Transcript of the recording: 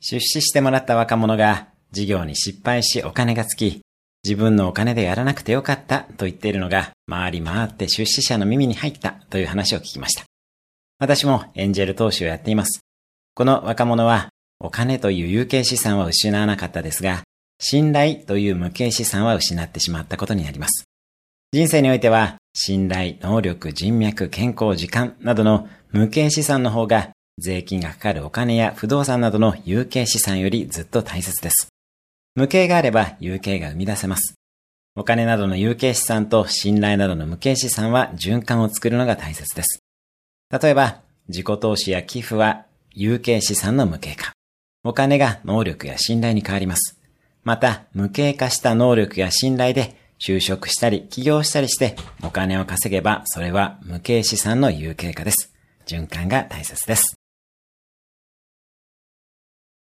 出資してもらった若者が事業に失敗しお金がつき、自分のお金でやらなくてよかったと言っているのが回り回って出資者の耳に入ったという話を聞きました。私もエンジェル投資をやっています。この若者はお金という有形資産は失わなかったですが、信頼という無形資産は失ってしまったことになります。人生においては信頼、能力、人脈、健康、時間などの無形資産の方が税金がかかるお金や不動産などの有形資産よりずっと大切です。無形があれば有形が生み出せます。お金などの有形資産と信頼などの無形資産は循環を作るのが大切です。例えば、自己投資や寄付は有形資産の無形化。お金が能力や信頼に変わります。また、無形化した能力や信頼で就職したり起業したりしてお金を稼げばそれは無形資産の有形化です。循環が大切です。